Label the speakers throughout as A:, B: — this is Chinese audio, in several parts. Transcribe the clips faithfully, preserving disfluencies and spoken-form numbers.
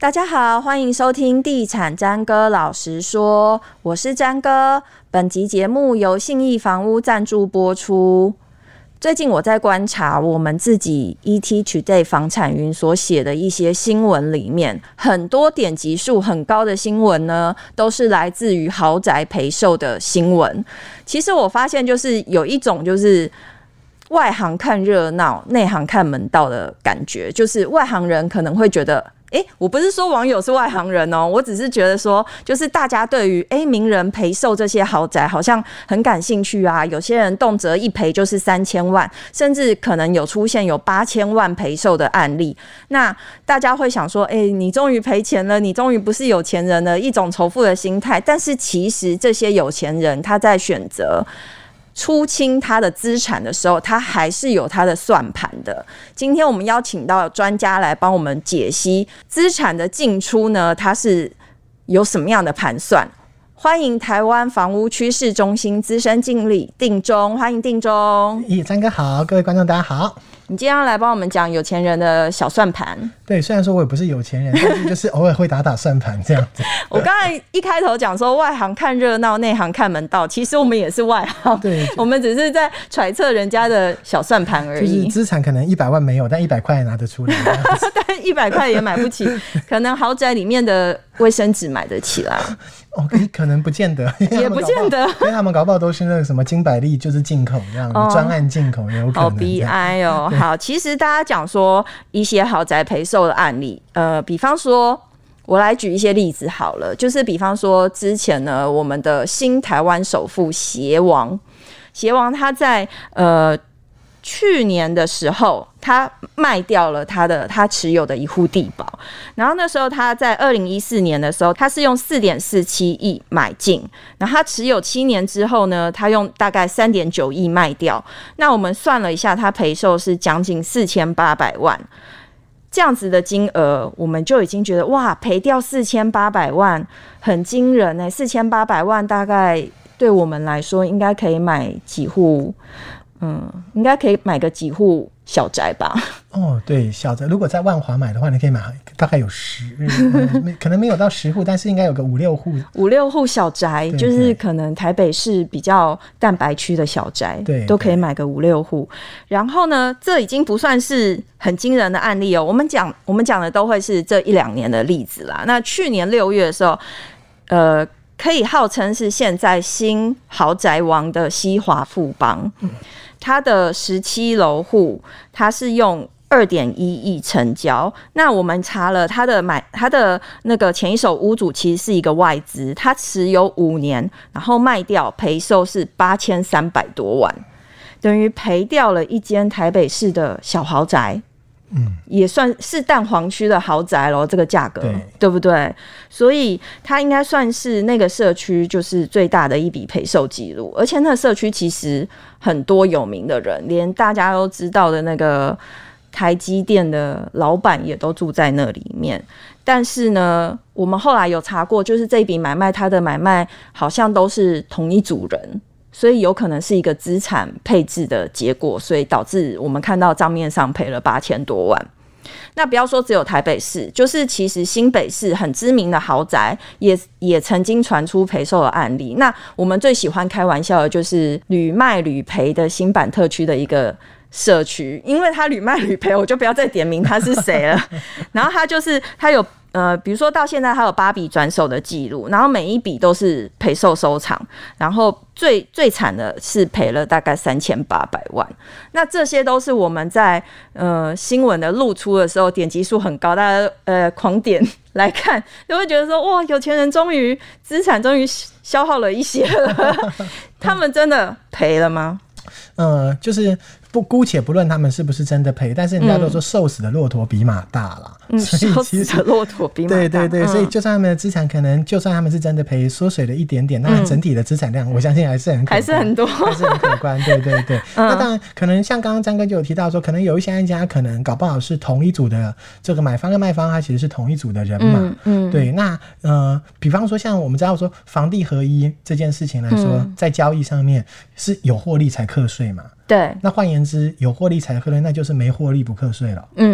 A: 大家好，欢迎收听地产詹哥老实说，我是詹哥。本集节目由信义房屋赞助播出。最近我在观察我们自己 E T Today 房产云所写的一些新闻里面，很多点击数很高的新闻呢，都是来自于豪宅陪售的新闻。其实我发现就是有一种就是外行看热闹，内行看门道的感觉，就是外行人可能会觉得欸，我不是说网友是外行人哦，我只是觉得说，就是大家对于欸名人陪售这些豪宅好像很感兴趣啊。有些人动辄一赔就是三千万，甚至可能有出现有八千万陪售的案例。那大家会想说，欸，你终于赔钱了，你终于不是有钱人了，一种仇富的心态。但是其实这些有钱人他在选择出清他的资产的时候，他还是有他的算盘的。今天我们邀请到专家来帮我们解析资产的进出呢，它是有什么样的盘算。欢迎台湾房屋趋势中心资深经理定中，欢迎定中。
B: 咦，詹哥好，各位观众大家好。
A: 你今天要来帮我们讲有钱人的小算盘。对，
B: 虽然说我也不是有钱人，但是就是偶尔会打打算盘这样子。
A: 我刚才一开头讲说外行看热闹，内行看门道，其实我们也是外行，对，我们只是在揣测人家的小算盘而已。
B: 就是资产可能一百万没有，但一百块拿得出来。
A: 但一百块也买不起，可能豪宅里面的卫生纸买得起啦。
B: 哦，可能不见得，
A: 也不见得，
B: 因为他们搞不好都是那个什么金百利，就是进口这样的专、哦、案进口也有可能。好悲哀
A: 哦。好，其实大家讲说一些豪宅陪售的案例，呃，比方说我来举一些例子好了，就是比方说之前呢，我们的新台湾首富协王，协王他在呃。去年的时候，他卖掉了他的他持有的一户地堡，然后那时候他在二零一四年的时候，他是用四点四七亿买进，然后他持有七年之后呢，他用大概三点九亿卖掉。那我们算了一下，他赔售是将近四千八百万，这样子的金额，我们就已经觉得哇，赔掉四千八百万，很惊人哎、欸！四千八百万大概对我们来说，应该可以买几户。嗯，应该可以买个几户小宅吧。
B: 哦，对，小宅如果在万华买的话，你可以买大概有十、嗯，可能没有到十户，但是应该有个五六户，
A: 五六户小宅，就是可能台北市比较蛋白区的小宅，对，都可以买个五六户。然后呢，这已经不算是很惊人的案例哦。我们讲，我们讲的都会是这一两年的例子啦。那去年六月的时候，呃。可以号称是现在新豪宅王的西华富邦，它的十七楼户，它是用二点一亿成交。那我们查了它的买，它的那个前一手屋主其实是一个外资，他持有五年，然后卖掉赔售是八千三百多万，等于赔掉了一间台北市的小豪宅。嗯，也算是蛋黄区的豪宅咯，这个价格 对, 对不对？所以它应该算是那个社区就是最大的一笔赔售记录，而且那个社区其实很多有名的人，连大家都知道的那个台积电的老板也都住在那里面。但是呢，我们后来有查过，就是这一笔买卖，它的买卖好像都是同一组人。所以有可能是一个资产配置的结果，所以导致我们看到账面上赔了八千多万。那不要说只有台北市，就是其实新北市很知名的豪宅也也曾经传出赔售的案例。那我们最喜欢开玩笑的就是屡卖屡赔的新板特区的一个社区，因为他屡卖屡赔，我就不要再点名他是谁了。然后他就是他有呃，比如说到现在他有八笔转手的记录，然后每一笔都是赔售收场，然后最最惨的是赔了大概三千八百万。那这些都是我们在呃新闻的露出的时候，点击数很高，大家呃狂点来看，就会觉得说哇，有钱人终于资产终于消耗了一些了。他们真的赔了吗？
B: 呃，就是不姑且不论他们是不是真的赔，但是人家都说瘦死的骆驼比马大啦。
A: 嗯，瘦死的骆驼比马大。
B: 对对对、嗯，所以就算他们的资产可能，就算他们是真的赔，缩水了一点点，那整体的资产量，我相信还是很可观，
A: 还是很多，
B: 还是很可观。对对对。嗯、那当然，可能像刚刚詹哥就有提到说，可能有一些案家可能搞不好是同一组的这个买方跟卖方，他其实是同一组的人嘛。嗯。嗯对，那呃，比方说像我们知道说房地合一这件事情来说，嗯、在交易上面是有获利才课税嘛。
A: 对，
B: 那换言之，有获利才课税，那就是没获利不课税了。嗯，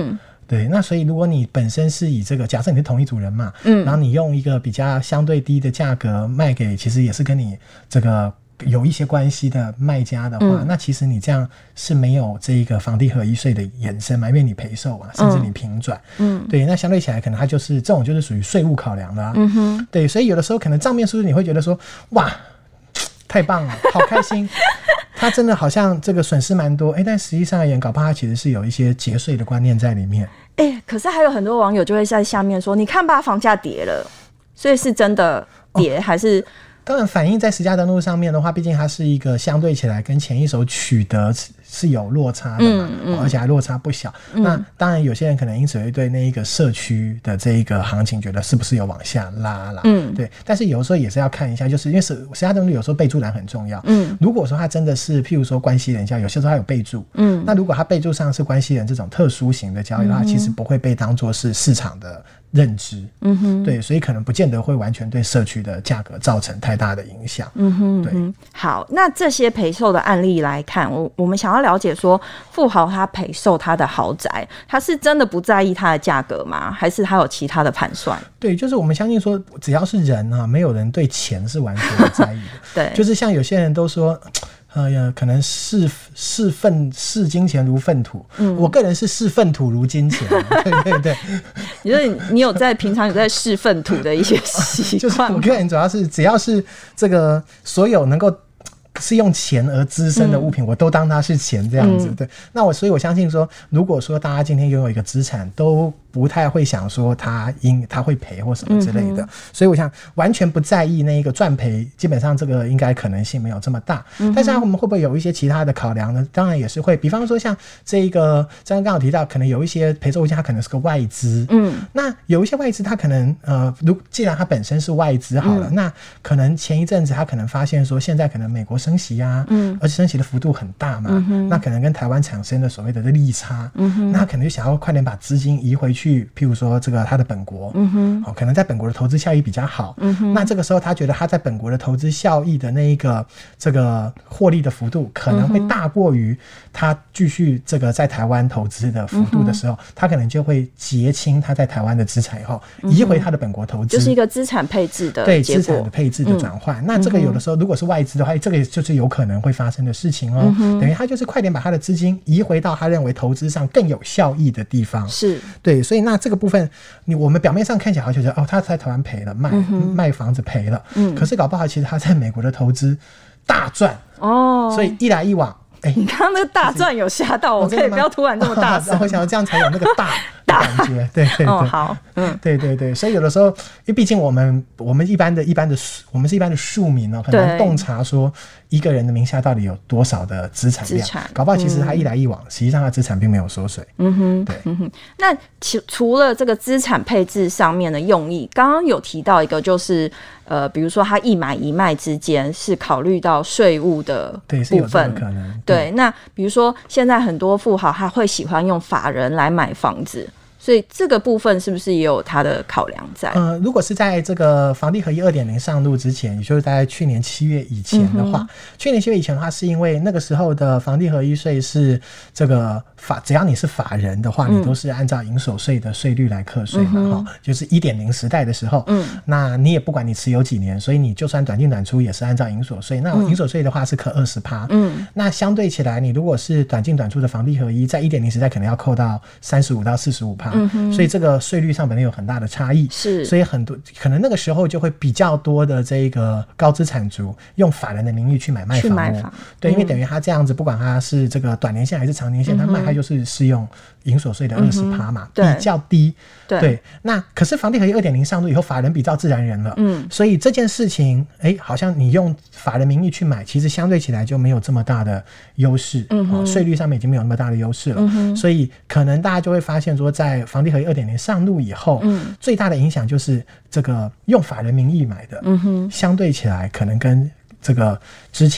B: 对，那所以如果你本身是以这个，假设你是同一组人嘛，嗯，然后你用一个比较相对低的价格卖给，其实也是跟你这个有一些关系的卖家的话、嗯、那其实你这样是没有这一个房地合一税的衍生嘛，因为你赔售啊，甚至你平转，嗯，对，那相对起来可能它就是这种就是属于税务考量的啊，嗯哼，对，所以有的时候可能账面数字你会觉得说，哇，太棒了，好开心。他真的好像这个损失蛮多，哎，但实际上而言，搞不好他其实是有一些节税的观念在里面。
A: 哎，可是还有很多网友就会在下面说：“你看吧，房价跌了，所以是真的跌、哦、还是？”
B: 当然，反映在实价登录上面的话，毕竟它是一个相对起来跟前一手取得是有落差的嘛，嗯嗯、而且还落差不小、嗯。那当然，有些人可能因此会对那一个社区的这一个行情觉得是不是有往下拉啦？嗯，对。但是有的时候也是要看一下，就是因为实实价登录有时候备注栏很重要。嗯，如果说它真的是譬如说关系人交易，有些时候它有备注。嗯，那如果它备注上是关系人这种特殊型的交易的话，嗯、其实不会被当作是市场的认知。嗯哼，对，所以可能不见得会完全对社区的价格造成太大的影响。嗯哼，对。
A: 好，那这些赔售的案例来看，我我们想要了解说，富豪他赔售他的豪宅，他是真的不在意它的价格吗？还是他有其他的盘算？
B: 对，就是我们相信说，只要是人啊，没有人对钱是完全不在意的。
A: 对，
B: 就是像有些人都说。呃呀，可能视视粪视金钱如粪土、嗯，我个人是视粪土如金钱，对对对。
A: 你说你有在平常有在视粪土的一些习惯，
B: 就是我个人主要是只要是这个所有能够是用钱而滋生的物品、嗯、我都当它是钱这样子、嗯、对。那我所以我相信说，如果说大家今天拥有一个资产都不太会想说他应他会赔或什么之类的、嗯、所以我想完全不在意那一个赚赔，基本上这个应该可能性没有这么大、嗯、但是我们会不会有一些其他的考量呢？当然也是会，比方说像这一个刚刚有提到，可能有一些赔售物件它可能是个外资，嗯，那有一些外资它可能呃，如既然它本身是外资好了、嗯、那可能前一阵子它可能发现说现在可能美国升息啊，嗯，而且升息的幅度很大嘛、嗯、那可能跟台湾产生的所谓的利差，嗯哼，那他可能就想要快点把资金移回去去譬如说这个他的本国、嗯哼哦、可能在本国的投资效益比较好、嗯哼，那这个时候他觉得他在本国的投资效益的那一个这个获利的幅度可能会大过于他继续这个在台湾投资的幅度的时候、嗯、他可能就会结清他在台湾的资产以后、嗯、移回他的本国投资，
A: 就是一个资产配置的
B: 对资产的配置的转换、嗯、那这个有的时候如果是外资的话，这个就是有可能会发生的事情哦、嗯、等于他就是快点把他的资金移回到他认为投资上更有效益的地方，
A: 是
B: 对，所以那这个部分你我们表面上看起来好像觉得哦，他在台湾赔了，卖、嗯、卖房子赔了、嗯、可是搞不好其实他在美国的投资大赚哦，所以一来一往，
A: 欸、你刚刚那个大赚有吓到我，可以不要突然这么大声、
B: 哦、我想要这样才有那个大感觉，对对对、
A: 哦，好，嗯，
B: 对对对，所以有的时候，因为毕竟我们我们一般的一般的我们是一般的庶民哦，很难洞察说一个人的名下到底有多少的资产量，产搞不好其实他一来一往，嗯、实际上他资产并没有缩水。嗯哼，对，
A: 嗯哼。那除除了这个资产配置上面的用意，刚刚有提到一个就是呃，比如说他一买一卖之间是考虑到税务的部分，
B: 对，是有这个可能。
A: 对，对那比如说现在很多富豪他会喜欢用法人来买房子。所以这个部分是不是也有它的考量在？
B: 呃，如果是在这个房地合一 二点零 上路之前，也就是在去年七月以前的话、嗯、去年七月以前的话是因为那个时候的房地合一税是这个法，只要你是法人的话、嗯、你都是按照营所税的税率来课税嘛、嗯、就是 一点零 时代的时候、嗯、那你也不管你持有几年，所以你就算短进短出也是按照营所税，那营所税的话是课 百分之二十、嗯、那相对起来你如果是短进短出的房地合一，在 一点零 时代可能要扣到三十五到四十五%、嗯、所以这个税率上本来有很大的差异，
A: 是，
B: 所以很多可能那个时候就会比较多的这个高资产族用法人的名义去买卖房屋，
A: 买房
B: 对、嗯，因为等于他这样子，不管他是这个短年限还是长年限，他、嗯、卖他就是适用营所税的 百分之二十 嘛、嗯，比较低。
A: 对，
B: 对那可是房地合一 二点零 上路以后，法人比照自然人了，嗯，所以这件事情，哎，好像你用法人名义去买，其实相对起来就没有这么大的优势，嗯，税、哦、率上面已经没有那么大的优势了、嗯，所以可能大家就会发现说，在房地合一 二点零 上路以后，嗯，最大的影响就是这个用法人名义买的，嗯哼，相对起来可能跟这个之前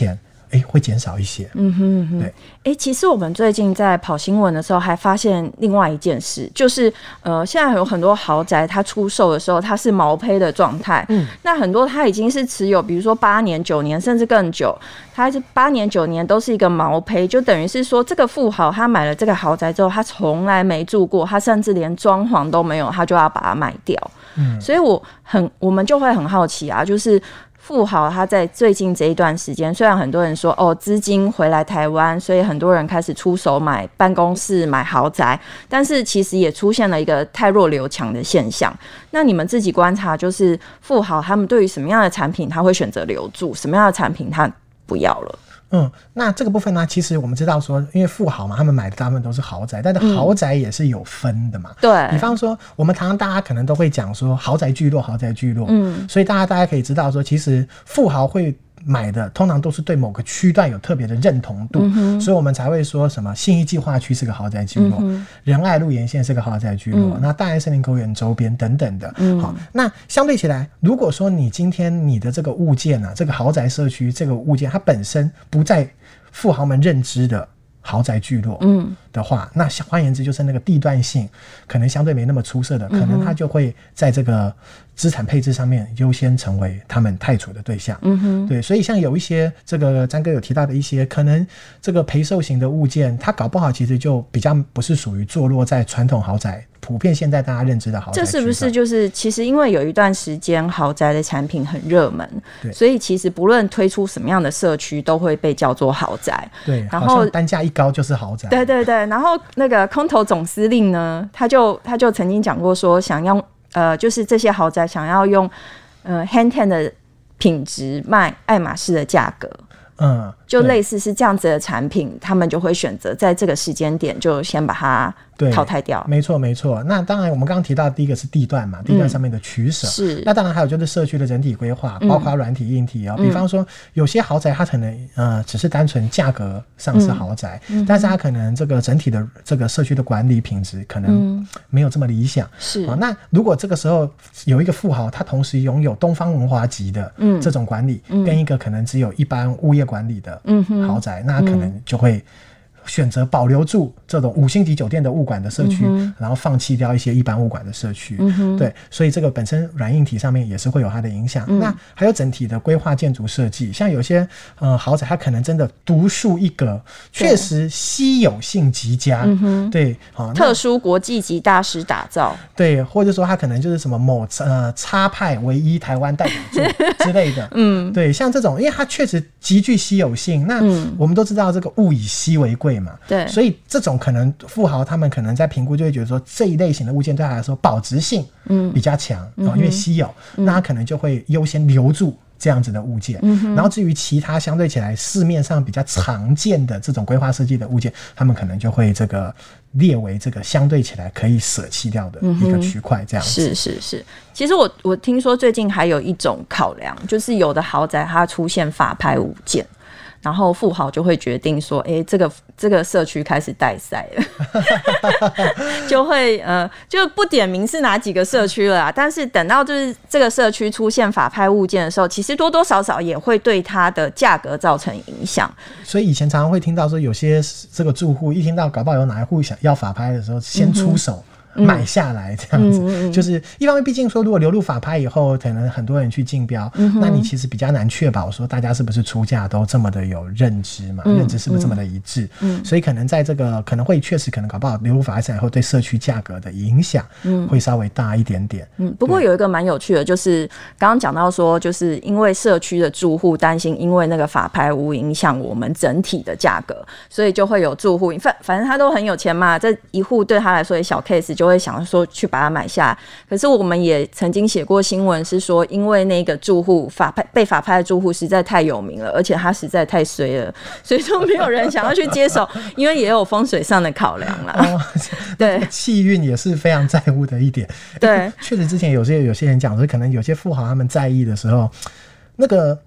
B: 哎会减少一些。
A: 嗯哼哼，对，哎，其实我们最近在跑新闻的时候，还发现另外一件事，就是呃，现在有很多豪宅，它出售的时候，它是毛坯的状态。嗯，那很多它已经是持有，比如说八年、九年，甚至更久，它是八年、九年都是一个毛坯，就等于是说，这个富豪他买了这个豪宅之后，他从来没住过，他甚至连装潢都没有，他就要把它卖掉。嗯，所以我很，我们就会很好奇啊，就是富豪他在最近这一段时间，虽然很多人说哦资金回来台湾，所以很多人开始出手买办公室、买豪宅，但是其实也出现了一个太弱留强的现象。那你们自己观察，就是富豪他们对于什么样的产品他会选择留住，什么样的产品他不要了？
B: 嗯，那这个部分呢，其实我们知道说，因为富豪嘛，他们买的大部分都是豪宅，但是豪宅也是有分的嘛。嗯、对，比方说，我们常常大家可能都会讲说豪宅聚落，豪宅聚落。嗯，所以大家大家可以知道说，其实富豪会买的通常都是对某个区段有特别的认同度、嗯、所以我们才会说什么信义计划区是个豪宅聚落、嗯、仁爱路沿线是个豪宅聚落、嗯、那大安森林公园周边等等的、嗯、好，那相对起来，如果说你今天你的这个物件啊，这个豪宅社区这个物件它本身不在富豪们认知的豪宅聚落的话、嗯、那换言之就是那个地段性可能相对没那么出色的、嗯、可能它就会在这个资产配置上面优先成为他们汰除的对象。嗯哼，对，所以像有一些这个詹哥有提到的一些可能这个陪售型的物件，它搞不好其实就比较不是属于坐落在传统豪宅普遍现在大家认知的豪宅。这
A: 是不是就是其实因为有一段时间豪宅的产品很热门，所以其实不论推出什么样的社区都会被叫做豪宅。
B: 对，然后单价一高就是豪宅。
A: 对对对，然后那个空投总司令呢，他就他就曾经讲过说，想要呃，就是这些豪宅想要用呃 hand ten 的品质卖爱马仕的价格。嗯，就类似是这样子的产品，他们就会选择在这个时间点就先把它淘汰掉。
B: 没错没错。那当然我们刚刚提到的第一个是地段嘛，地段上面的取舍、嗯、是。那当然还有就是社区的整体规划，包括软体硬体哦、嗯、比方说有些豪宅它可能呃只是单纯价格上是豪宅、嗯、但是它可能这个整体的这个社区的管理品质可能没有这么理想、嗯、是、哦、那如果这个时候有一个富豪，他同时拥有东方文华级的这种管理、嗯、跟一个可能只有一般物业管理的豪宅、嗯、那他可能就会选择保留住这种五星级酒店的物管的社区、嗯、然后放弃掉一些一般物管的社区、嗯、对，所以这个本身软硬体上面也是会有它的影响、嗯、那还有整体的规划建筑设计，像有些呃豪宅它可能真的独树一格，确实稀有性极佳、嗯、对、哦、
A: 特殊国际级大师打造，
B: 对，或者说它可能就是什么某呃插派唯一台湾代表作之类的嗯，对，像这种因为它确实极具稀有性，那我们都知道这个物以稀为贵嘛，对，所以这种可能富豪他们可能在评估就会觉得说这一类型的物件对他来说保值性比较强、嗯哦、因为稀有、嗯、那他可能就会优先留住这样子的物件、嗯、然后至于其他相对起来市面上比较常见的这种规划设计的物件，他们可能就会这个列为这个相对起来可以舍弃掉的一个区块这样子、
A: 嗯、是是是。其实我我听说最近还有一种考量，就是有的豪宅它出现法拍物件，然后富豪就会决定说，哎、欸，这个这个社区开始带赛了，就会呃就不点名是哪几个社区了啦。但是等到就是这个社区出现法拍物件的时候，其实多多少少也会对它的价格造成影响。
B: 所以以前常常会听到说，有些这个住户一听到搞不好有哪一户想要法拍的时候，先出手。嗯买下来这样子、嗯、就是一方面毕竟说如果流入法拍以后可能很多人去竞标、嗯、那你其实比较难确保说大家是不是出价都这么的有认知嘛、嗯、认知是不是这么的一致、嗯、所以可能在这个可能会确实可能搞不好流入法拍以后对社区价格的影响会稍微大一点点、
A: 嗯、不过有一个蛮有趣的，就是刚刚讲到说就是因为社区的住户担心因为那个法拍屋影响我们整体的价格，所以就会有住户反反正他都很有钱嘛，这一户对他来说也小 case，就会想说去把它买下。可是我们也曾经写过新闻，是说因为那个住户法拍被法拍的住户实在太有名了，而且他实在太衰了，所以说没有人想要去接手，因为也有风水上的考量啦。哦、
B: 对，气运也是非常在乎的一点。对，确实之前有些有些人讲说，可能有些富豪他们在意的时候，那个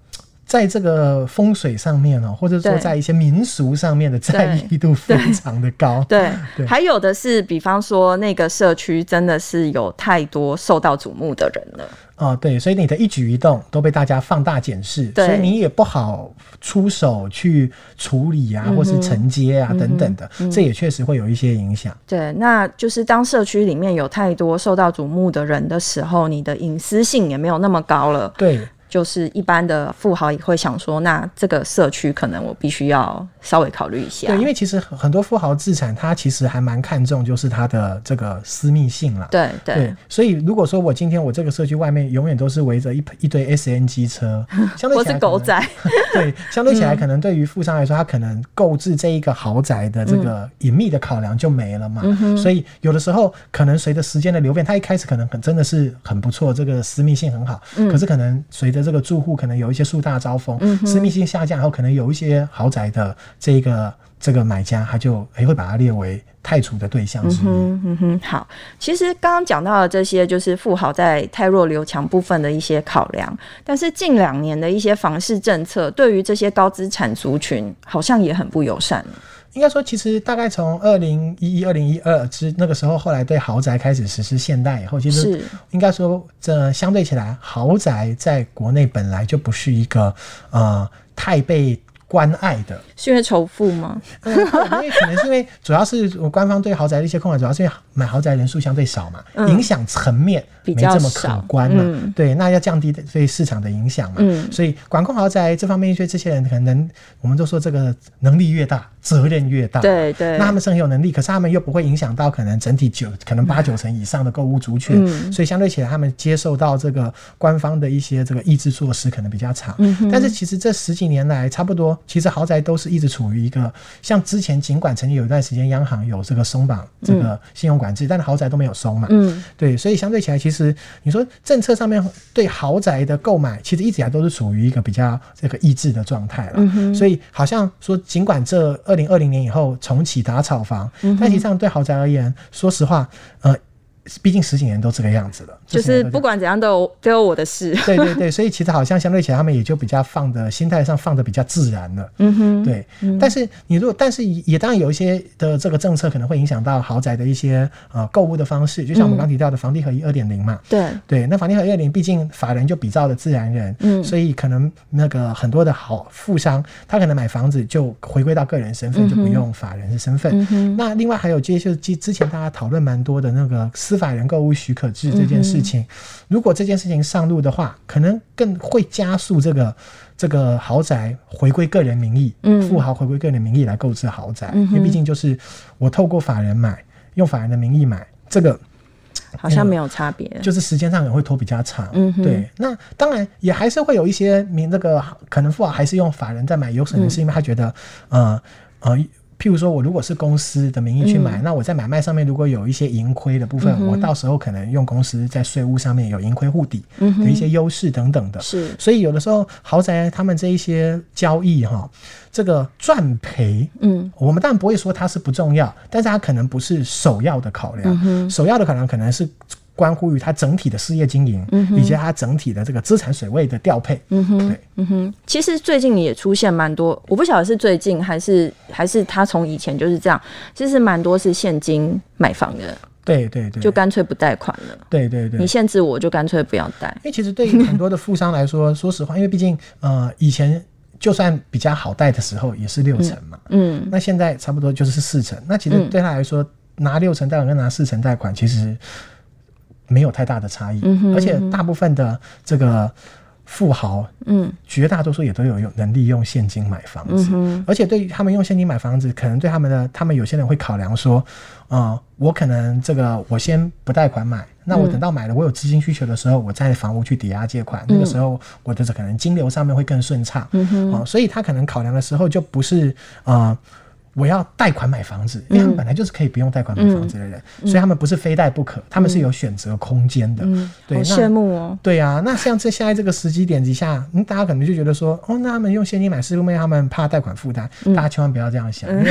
B: 在这个风水上面哦，或者说在一些民俗上面的在意度非常的高。
A: 对，对，还有的是，比方说那个社区真的是有太多受到瞩目的人了。
B: 哦，对，所以你的一举一动都被大家放大检视，所以你也不好出手去处理啊，嗯、或是承接啊、嗯、等等的、嗯，这也确实会有一些影响。
A: 对，那就是当社区里面有太多受到瞩目的人的时候，你的隐私性也没有那么高了。
B: 对。
A: 就是一般的富豪也会想说，那这个社区可能我必须要稍微考虑一下。
B: 对，因为其实很多富豪资产，他其实还蛮看重就是他的这个私密性啦。
A: 对 对, 对，
B: 所以如果说我今天我这个社区外面永远都是围着一一堆 S N 机车，相对起来
A: 或是狗仔，
B: 对，相对起来可能对于富商来说，他可能购置这一个豪宅的这个隐秘的考量就没了嘛。嗯、所以有的时候可能随着时间的流变，他一开始可能很真的是很不错，这个私密性很好，嗯、可是可能随着这个住户可能有一些树大招风、嗯、私密性下降后，可能有一些豪宅的这个这个买家他就会把它列为汰除的对象之一。
A: 嗯哼嗯哼，好，其实刚刚讲到的这些就是富豪在汰弱留强部分的一些考量，但是近两年的一些房市政策对于这些高资产族群好像也很不友善了。
B: 应该说其实大概从二零一一、二零一二之那个时候，后来对豪宅开始实施限贷以后，其实应该说这相对起来，豪宅在国内本来就不是一个呃太被关爱的。
A: 是因为仇富吗？
B: 嗯，因为可能是因为主要是官方对豪宅的一些控管，主要是因为买豪宅人数相对少嘛，嗯、影响层面没这么可观嘛、嗯。对，那要降低对市场的影响嘛。嗯、所以管控豪宅这方面，因为这些人可能我们都说这个能力越大，责任越大。对对。那他们是很有能力，可是他们又不会影响到可能整体九可能八九成以上的购物族群、嗯，所以相对起来，他们接受到这个官方的一些这个抑制措施可能比较长。嗯、但是其实这十几年来，差不多其实豪宅都是一直处于一个像之前尽管曾经有一段时间央行有这个松绑这个信用管制、嗯、但是豪宅都没有松嘛。嗯，对，所以相对起来，其实你说政策上面对豪宅的购买，其实一直以来都是处于一个比较这个抑制的状态了。嗯，所以好像说，尽管这二零二零年以后重启打炒房，嗯、但实际上对豪宅而言，说实话，呃。毕竟十几年都这个样子了，
A: 就是不管怎样都有都有我的事。
B: 对对对，所以其实好像相对起来，他们也就比较放的心态上放的比较自然了。嗯哼，对。嗯、但是你如果，但是也当然有一些的这个政策可能会影响到豪宅的一些呃购物的方式，就像我们刚提到的房地合一 二点零 嘛。对对，那房地合一 二点零 毕竟法人就比照的自然人，嗯，所以可能那个很多的好富商，他可能买房子就回归到个人身份，嗯、就不用法人的身份。嗯、那另外还有就是之前大家讨论蛮多的那个私法人购物许可制这件事情、嗯、如果这件事情上路的话，可能更会加速这个这个豪宅回归个人名义、嗯、富豪回归个人名义来购置豪宅、嗯、因为毕竟就是我透过法人买，用法人的名义买，这个
A: 好像没有差别、嗯、
B: 就是时间上可能会拖比较长、嗯、对，那当然也还是会有一些民这个可能富豪还是用法人在买，有可能是因为他觉得、嗯、呃呃譬如说我如果是公司的名义去买、嗯、那我在买卖上面如果有一些盈亏的部分、嗯、我到时候可能用公司在税务上面有盈亏互抵的一些优势等等的、嗯、是，所以有的时候豪宅他们这一些交易哈，这个赚赔嗯，我们当然不会说它是不重要，但是它可能不是首要的考量、嗯、首要的考量可能是关乎于它整体的事业经营、嗯、以及它整体的这个资产水位的调配。嗯哼，对，
A: 嗯哼。其实最近也出现蛮多，我不晓得是最近还是还是他从以前就是这样，其实蛮多是现金买房的。
B: 对对对，
A: 就干脆不贷款了。对对对，你限制我就干脆不要贷。
B: 因为其实对于很多的富商来说，说实话，因为毕竟呃以前就算比较好贷的时候也是六成嘛，嗯，嗯那现在差不多就是四成。那其实对他来说，嗯、拿六成贷款跟拿四成贷款，其实没有太大的差异，嗯、而且大部分的这个富豪，嗯，绝大多数也都有能力用现金买房子，嗯、而且对于他们用现金买房子，可能对他们的，他们有些人会考量说，呃，我可能这个我先不贷款买，那我等到买了，我有资金需求的时候，我再房屋去抵押借款，嗯、那个时候我的可能金流上面会更顺畅，嗯呃，所以他可能考量的时候就不是呃。我要贷款买房子，因为他们本来就是可以不用贷款买房子的人，嗯、所以他们不是非贷不可，他们是有选择空间的。嗯，对，好
A: 羡慕哦。
B: 对啊，那像这现在这个时机点之下，嗯，大家可能就觉得说，哦，那他们用现金买是因为他们怕贷款负担，嗯，大家千万不要这样想，嗯、因为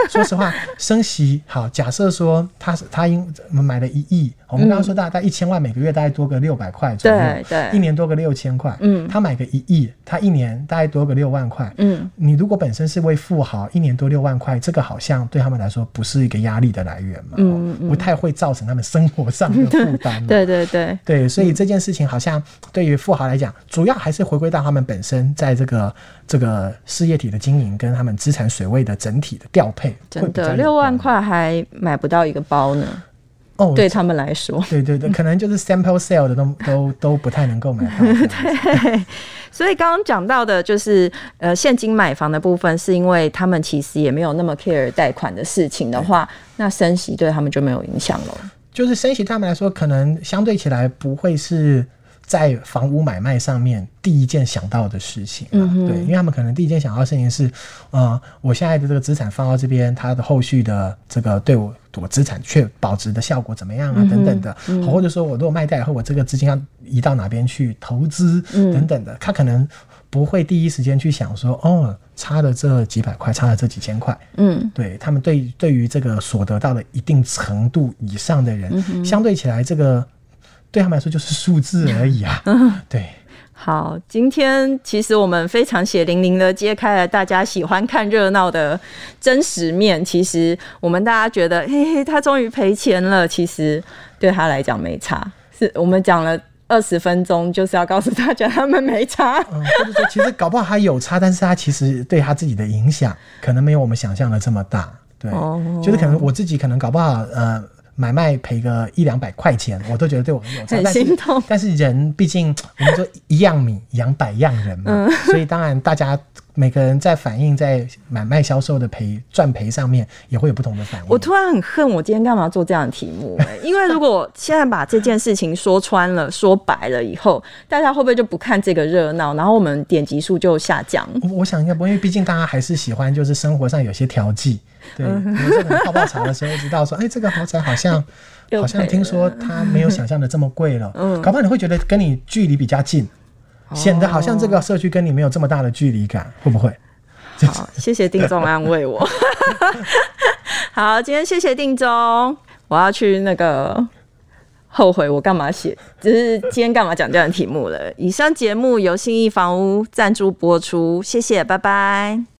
B: 说实话，升息好，假设说他他应买了一亿，我们刚刚说大概一千万，每个月大概多个六百块左右，
A: 对对，
B: 一年多个六千块。嗯，他买个一亿，他一年大概多个六万块。嗯，你如果本身是位富豪，一年多六万块，这个好像对他们来说不是一个压力的来源嘛，嗯嗯，不太会造成他们生活上的负担。
A: 对对对
B: 对，所以这件事情好像对于富豪来讲，主要还是回归到他们本身在这个这个事业体的经营跟他们资产水位的整体的调配。
A: 真的，六万块还买不到一个包呢。哦，对他们来说，
B: 对对对，可能就是 sample sale 的都都都不太能够买到。
A: 对，所以刚刚讲到的就是呃现金买房的部分，是因为他们其实也没有那么 care 贷款的事情的话，那升息对他们就没有影响了。
B: 就是升息对他们来说，可能相对起来不会是在房屋买卖上面第一件想到的事情、啊嗯、对，因为他们可能第一件想到的事情是呃，我现在的这个资产放到这边，它的后续的这个对我我资产确保值的效果怎么样啊、嗯、等等的、嗯、或者说我如果卖掉以后我这个资金要移到哪边去投资、嗯、等等的，他可能不会第一时间去想说哦，差了这几百块，差了这几千块。嗯，对，他们对对于这个所得到的一定程度以上的人、嗯、相对起来这个对他们来说就是数字而已啊。对，
A: 好，今天其实我们非常血淋淋的揭开了大家喜欢看热闹的真实面。其实我们大家觉得嘿嘿他终于赔钱了，其实对他来讲没差，是我们讲了二十分钟就是要告诉大家他们没差。
B: 嗯，或者说其实搞不好他有差，但是他其实对他自己的影响可能没有我们想象的这么大。对、哦、就是可能我自己可能搞不好呃买卖赔个一两百块钱，我都觉得对我很有差，
A: 很心痛。
B: 但是, 但是人毕竟我们说一样米养百样人嘛、嗯，所以当然大家每个人在反应在买卖销售的赔赚赔上面也会有不同的反应。
A: 我突然很恨我今天干嘛做这样的题目、欸、因为如果现在把这件事情说穿了说白了以后，大家会不会就不看这个热闹，然后我们点击数就下降？
B: 我, 我想应该不会，因为毕竟大家还是喜欢就是生活上有些调剂。对，比如说可能泡泡茶的时候知道说哎，这个豪宅好像好像听说它没有想象的这么贵了、嗯、搞不好你会觉得跟你距离比较近，显得好像这个社区跟你没有这么大的距离感，会不会？
A: 好，谢谢定中安慰我。好，今天谢谢定中，我要去那个后悔我干嘛写，就是今天干嘛讲这样的题目了。以上节目由信义房屋赞助播出，谢谢，拜拜。